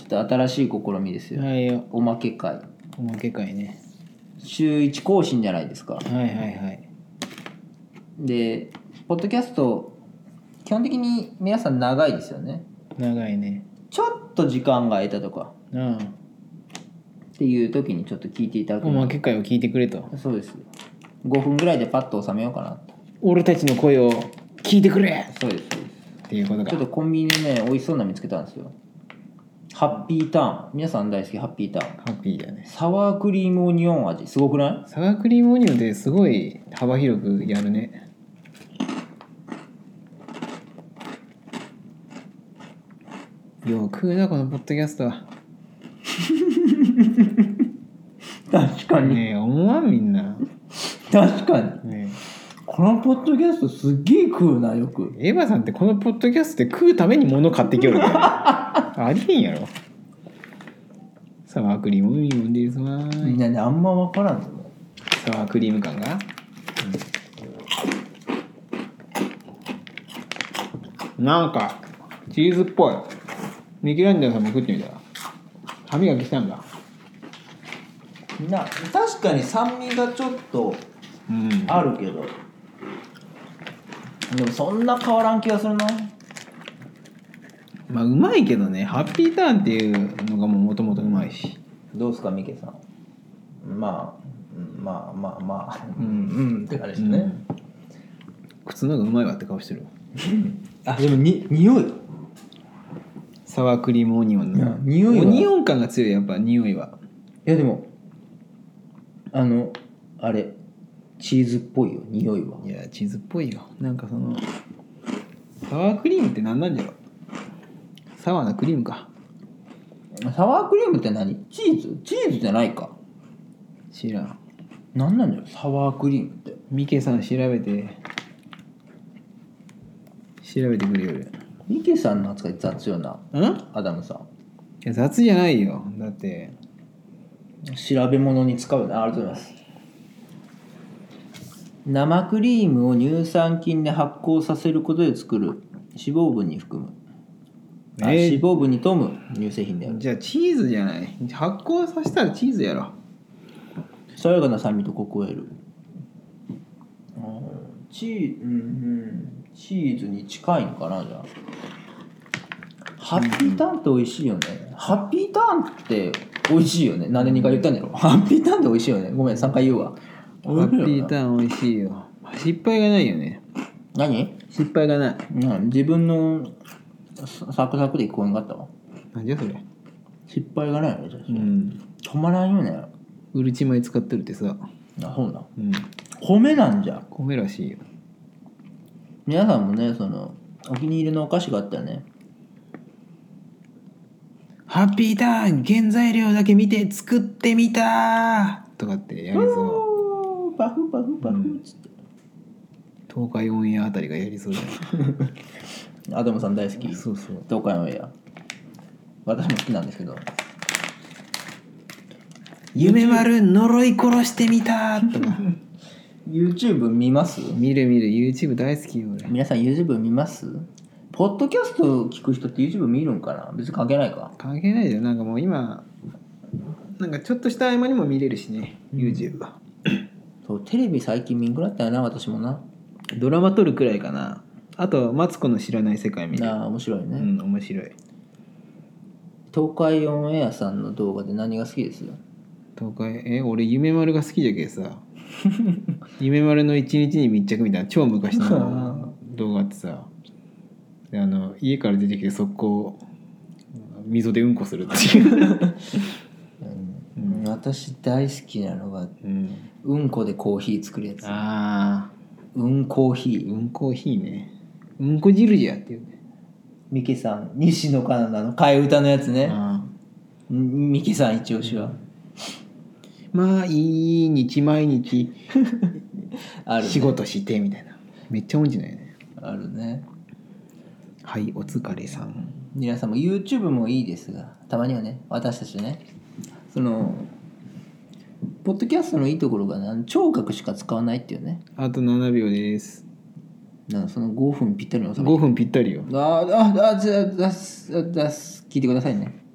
っと新しい試みですよ。 はいよ。 おまけ会。 おまけ会ね。 週1更新じゃないですか。 はいはいはい。 で、ポッドキャスト、基本的に皆さん長いですよね。 長いね。 ちょっと時間が空いたとかうん。 っていう時にちょっと聞いていただくおまけ会を聞いてくれと。 そうです。5分ぐらいでパッと収めようかなと。 俺たちの声を聞いてくれそうです。 っていうことか。 ちょっとコンビニでね、美味しそうなの見つけたんですよ。ハッピーターン。皆さん大好きハッピーターン。 ハッピーだね。 サワークリームオニオン味。すごくない？ サワークリームオニオンってすごい幅広くやるね。よく食うなこのポッドキャストは。 確かに。 ねえ思わんみんな。 確かに。 ねこのポッドキャストすっげえ食うな、よく。 えエヴァさんってこのポッドキャストで食うために物買ってきよるからありえんやろ。サワークリームオニオンですわーい。 みんなね、あんま分からんと思う。 サワークリーム感が、なんかチーズっぽい。ミキランジャーさんも食ってみたら歯磨きしたんだ。 確かに酸味がちょっとうんあるけど、でもそんな変わらん気がするな。 まあうまいけどね。ハッピーターンっていうのがもともとうまいし。 どうすか、ミケさん。まあうんうんって感じですね。 靴の方がうまいわって顔してる。 あ、でも匂い。 サワークリームオニオンの匂いはオニオン感が強い。やっぱ匂いは。 いやでもあれチーズっぽいよ、匂いは。 いやチーズっぽいよ。なんかそのサワークリームって何なんじゃろ。サワーなクリームか。 サワークリームって何？チーズじゃないか。 知らん。 何なんだよサワークリームって。 ミケさん調べてくれよる。 ミケさんの扱い雑よな、アダムさん。 いや雑じゃないよ。だって調べ物に使うね。ありがとうございます。生クリームを乳酸菌で発酵させることで作る脂肪分に含む、脂肪分に富む乳製品である。 じゃあチーズじゃない。発酵させたらチーズやろ。 爽やかな酸味とコクを得る。チーズに近いのかな。じゃあハッピーターンって美味しいよね。ハッピーターンって美味しいよね。なんで2回言ったんだろう。ハッピーターンって美味しいよね。ごめん3回言うわ。 ハッピーターン美味しいよ。失敗がないよね。 何？ 失敗がない。 自分のサクサクで聞こえんかったわ。 なんじゃそれ。 失敗がないよね。 うん。 止まらんよね。 うるち米使ってるってさ。 あ、そうだ。 うん。 米なんじゃ。 米らしいよ。 皆さんもね、お気に入りのお菓子があったらね。 ハッピーターン原材料だけ見て作ってみたとかってやりそう。 パフパフパフっつって。 東海オンエアあたりがやりそうだよ。 アダムさん大好き。 そうそう。 東海オンエア。私も好きなんですけど。 夢丸呪い殺してみたとか。 YouTube 見ます？ 見る YouTube 大好きよ俺。 皆さん YouTube 見ます？ポッドキャスト聞く人って YouTube 見るんかな？別に関係ないか。 関係ないじゃん。なんかもう今なんかちょっとした合間にも見れるしね、YouTube は。 そうテレビ最近見んくなったよな、私もな。 ドラマ撮るくらいかな。あとマツコの知らない世界見る。 なあ面白いね。 うん面白い。 東海オンエアさんの動画で何が好きです？ 東海俺夢丸が好きじゃけさ。夢丸の一日に密着みたいな超昔の動画ってさ、で家から出てきて速攻溝でうんこするっていう、 私大好きなのが、うんこでコーヒー作るやつ。 ああうんコーヒー。 うんコーヒーね。うんこ汁じゃっていうね。 ミケさん西野カナダの替え歌のやつね。ミケさん一押しは、 毎日毎日あるね、 仕事してみたいな。めっちゃ音痴なんよね。 あるね。 はいお疲れさん。 皆さんも YouTube もいいですが、たまにはね、私たちね、ポッドキャストのいいところがね、聴覚しか使わないっていうね。 あと7秒です。 その5分ぴったりに収めて。 5分ぴったりよ。 聞いてくださいね。